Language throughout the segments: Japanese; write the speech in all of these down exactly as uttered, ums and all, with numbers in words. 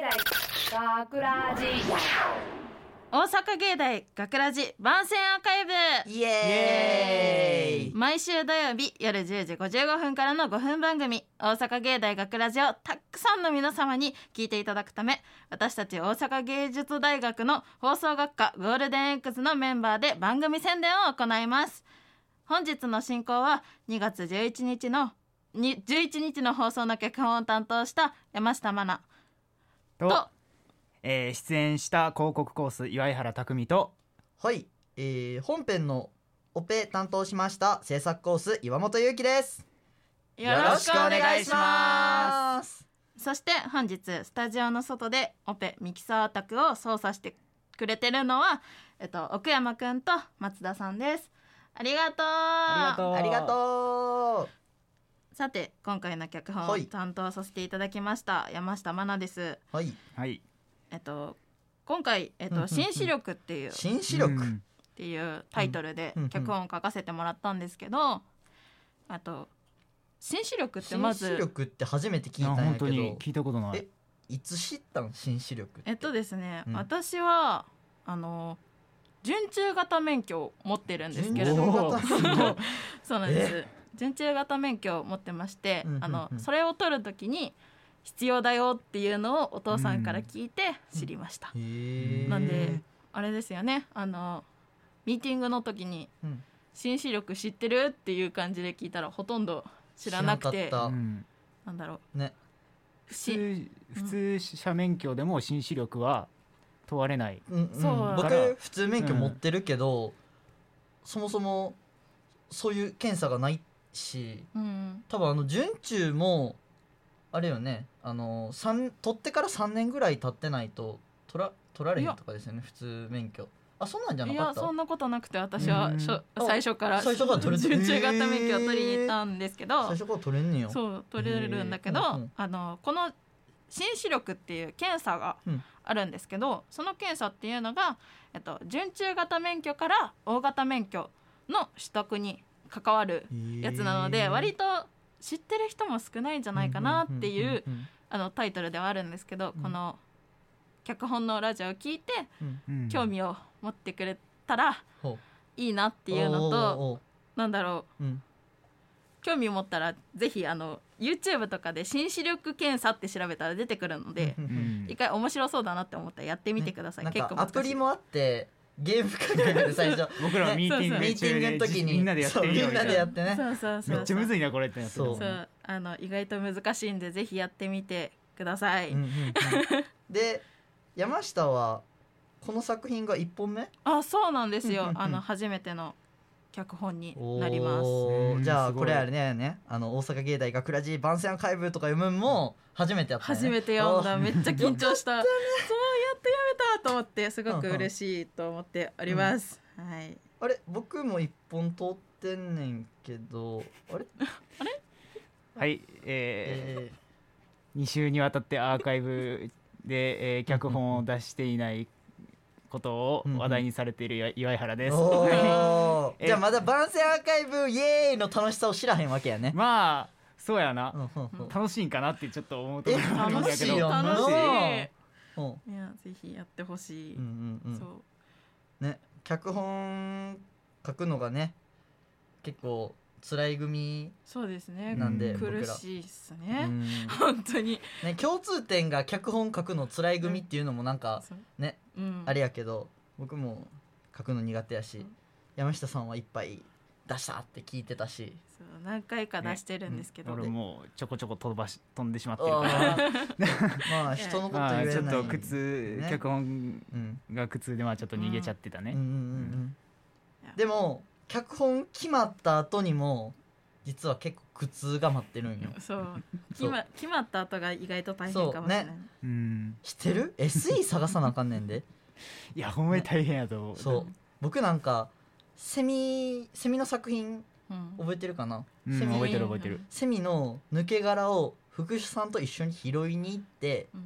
学ラジ大阪芸大学ラジ番宣アーカイブイエーイ。 毎週土曜日夜じゅうじごじゅうごふんからのごふん番組大阪芸大学ラジをたくさんの皆様に聞いていただくため、私たち大阪芸術大学の放送学科ゴールデン X のメンバーで番組宣伝を行います。本日の進行はにがつじゅういちにちのにじゅういちにちの放送の脚本を担当した山下真奈ととえー出演した広告コース岩井原匠とはい、えー、本編のオペ担当しました制作コース岩本裕樹です。 よろしくお願いします。 す。 そして本日スタジオの外でオペミキサー卓を操作してくれてるのは、えっと、奥山くんと松田さんです。ありがとう。 ありがとうありがとさて今回の脚本をはい担当させていただきました山下真奈です。 う。はい。 はいえっと今回、えっと、 うんうんうん新視力っていうっ新視力。 うんていうタイトルでうんうん脚本を書かせてもらったんですけど、あと新視力ってまず新視力って初めて聞いいや本たんやけど。 当に聞いたことない。 えいつ知ったん新視力って。 えっとですね、 うん私はあの準中型免許を持ってるんですけれど準も中型免許そうなんです。準中型免許を持ってまして、 うんうんうんあのそれを取るときに必要だよっていうのをお父さんから聞いて知りました。 へーなんであれですよね、あのミーティングの時にうん新視力知ってるっていう感じで聞いたらほとんど知らなくて、 知らなかっうんなんだろたね。 普し通普通車免許でも新視力は問われない。 うんうん、 そう僕から普通免許持ってるけど、そもそもそういう検査がないし、 う、うん、 多分あの準中もあれよね、あの三取ってからさんねんぐらい経ってないと取ら取られへんとかですよね、普通免許。あ、そんなんじゃないかった。 やそんなことなくて、私はうんしょあ最初から最初から取れてる準中型免許を取りに行ったんですけど、 最初から取れんねよ。 そう取れるんだけど、 へーうんうんあのこの新視力っていう検査がうんあるんですけど、その検査っていうのが、えっと、準中型免許から大型免許の取得に関わるやつなので、割と知ってる人も少ないんじゃないかなっていうあのタイトルではあるんですけど、 うんこの脚本のラジオを聞いてうんうん興味を持ってくれたらほいいなっていうのと、 おーおーなんだろう、 うん興味を持ったらぜひあの YouTube とかで新視力検査って調べたら出てくるので、 うんうんうん一回面白そうだなって思ったらやってみてください。 ねなんか結構難しい。 アプリもあってゲームかけて最初僕らはミーティングそうそうミーティングの時にみんなでやってるよそうみんなでやってね。 そうそうそうめっちゃむずいなこれってなってたもんねそうあの意外と難しいんでぜひやってみてください。 うんうんうんで山下はこの作品がいっぽんめあ、そうなんですよ。 うんうんうんあの初めての脚本になります。 うんおーじゃあすごいこれあれねねあの大阪芸大学ラジ番宣アーカイブとか読むんも初めてやったね。 初めて読んだ。 おーめっちゃ緊張した。そうやって読めたと思ってすごく嬉しいと思っております。はい。 あれ僕も一本通ってんねんけどあれはいええーに週にわたってアーカイブでえー脚本を出していないことを話題にされている岩井原ー、 です。 おーえじゃあまだ番宣アーカイブイエーイの楽しさを知らへんわけやね。 まあそうやな、 うんうんうん楽しいんかなってちょっと思うところもあるんやけど楽しいよ楽しい。 うんいやぜひやってほしい。 うんうんうんそう。 ね、脚本書くのがね結構辛い組そうですね。 なんで、 うん苦僕らしいっすうね。 ん本当に。 ね、共通点が脚本書くの辛い組っていうのもなんかそうね、 うん。 あれやけど僕も書くの苦手やし、 うん山下さんはいっぱい出したって聞いてたし、 そう何回か出してるんですけど、 俺もうちょこちょこ飛ばし飛んでしまってうわるからーまあ人のこと言えない、 まあちょっと苦痛、 ね脚本うんが苦痛でまあちょっと逃げちゃってたね、 うんうんうんうんいやでも脚本決まった後にも実は結構苦痛が待ってるんよ。 そう決そうま決まった後が意外と大変かもしれない。 そううん、 知ってる エスイー 探さなあかんねんで。 いやほんまに大変やと思う、 そう僕なんかセミセミの作品うん覚えてるかな、 うん、 セミ覚えてる覚えてる、 セミの抜け殻を福士さんと一緒に拾いに行ってうん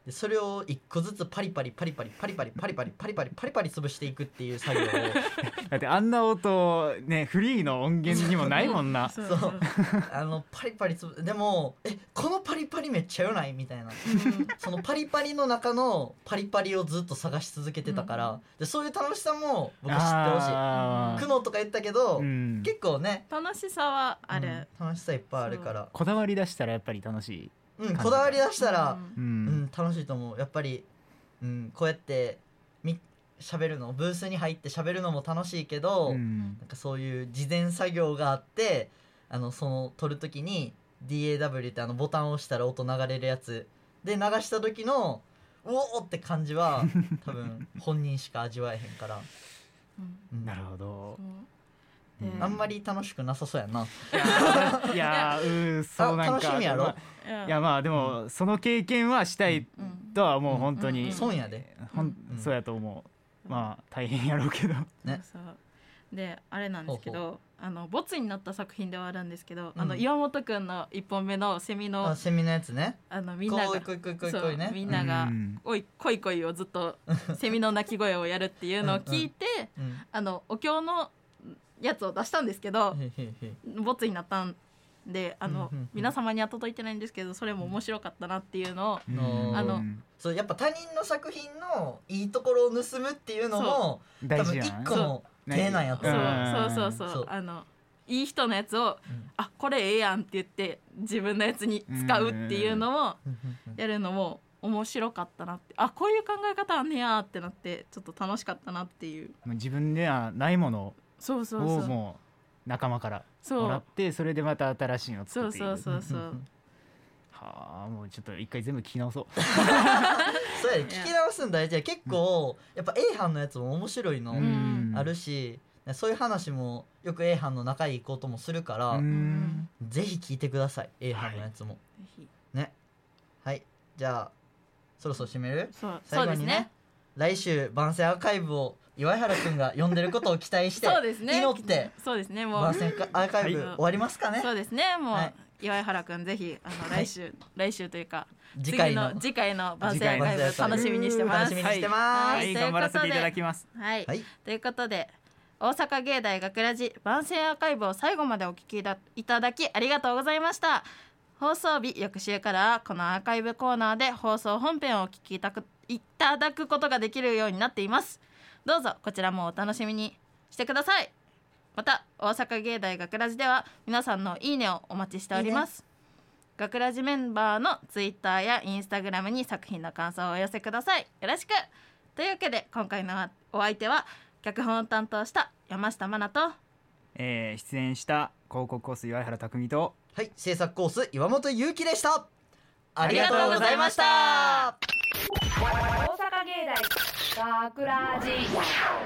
でそれを一個ずつパリパリパリパリパリパリパリパリパリパリパリパリ潰していくっていう作業をだってあんな音ねフリーの音源にもないもんなそうそうあのパリパリつぶでもえこのパリパリめっちゃよないみたいなそのパリパリの中のパリパリをずっと探し続けてたから、うん、でそういう楽しさも僕知ってほしい。苦悩とか言ったけど、うん、結構ね楽しさはある、 うん、楽しさいっぱいあるからこだわり出したらやっぱり楽しい。 うん、こだわり出したら、 うんうん、楽しいと思う。やっぱり、うん、こうやってみ喋るのブースに入って喋るのも楽しいけど、うん、なんかそういう事前作業があってあのその撮る時に ディーエーダブリュー ってあのボタンを押したら音流れるやつで流した時のうおーって感じは多分本人しか味わえへんから、 うんうん、なるほど。 うん、あんまり楽しくなさそうやな。 いやーうそうなんか楽しみやろ。 いやまあでも、うん、その経験はしたいとはもう本当に、 うん、そうやで、 ほん、うん、そうやと思う。まあ大変やろうけどね。そうであれなんですけどほうほうあのボツになった作品ではあるんですけど、うん、あの岩本くんのいっぽんめのセミのあセミのやつね。 あのみんながこいこいこいこいね、 みんなが、うん、おいこいこいをずっとセミの鳴き声をやるっていうのを聞いてうん、うん、あのお経のやつを出したんですけどボツになったんであの、うんうんうん、皆様には届いてないんですけどそれも面白かったなっていうのを、うん、あのそうやっぱ他人の作品のいいところを盗むっていうのも多分一個の手なんやと思う。そうそうそうそうあのいい人のやつを、うん、あこれええやんって言って自分のやつに使うっていうのをやるのも面白かったなってあこういう考え方あんねやってなってちょっと楽しかったなっていう。 自分ではないものをそうそうそうをもう仲間からもらってそれでまた新しいのを作っている。 そうそうそうそうはあもうちょっと一回全部聞き直そうそうや、聞き直すん大事や。結構やっぱ A 班のやつも面白いのあるし、そういう話もよく A 班の仲いいこともするからぜひ聞いてください A 班のやつも、はい、ね。はいじゃあそろそろ締める。 そう最後に ね, ね来週番宣アーカイブを岩原くんが呼んでることを期待してそうです、ね、 祈ってそうですねもう番宣アーカイブ終わりますかね。 そうですねもう、はい、岩原くんぜひあの来週、はい、来週というか次回の次の次回の番宣アーカイブ楽しみにしてます。 楽しみにしてます。 はい、頑張らせていただきます。 はい、はい、ということで大阪芸大学ラジ番宣アーカイブを最後までお聞きいただきありがとうございました。放送日翌週からこのアーカイブコーナーで放送本編をお聞きいただくことができるようになっています。どうぞこちらもお楽しみにしてください。また大阪芸大学ラジでは皆さんのいいねをお待ちしております。いいね、学ラジメンバーのツイッターやインスタグラムに作品の感想をお寄せください。よろしく。というわけで今回のお相手は脚本を担当した山下真奈と、 えー、出演した広告コース岩原匠と、 はい、制作コース岩本裕樹でした。ありがとうございました。 大阪芸大学ラジ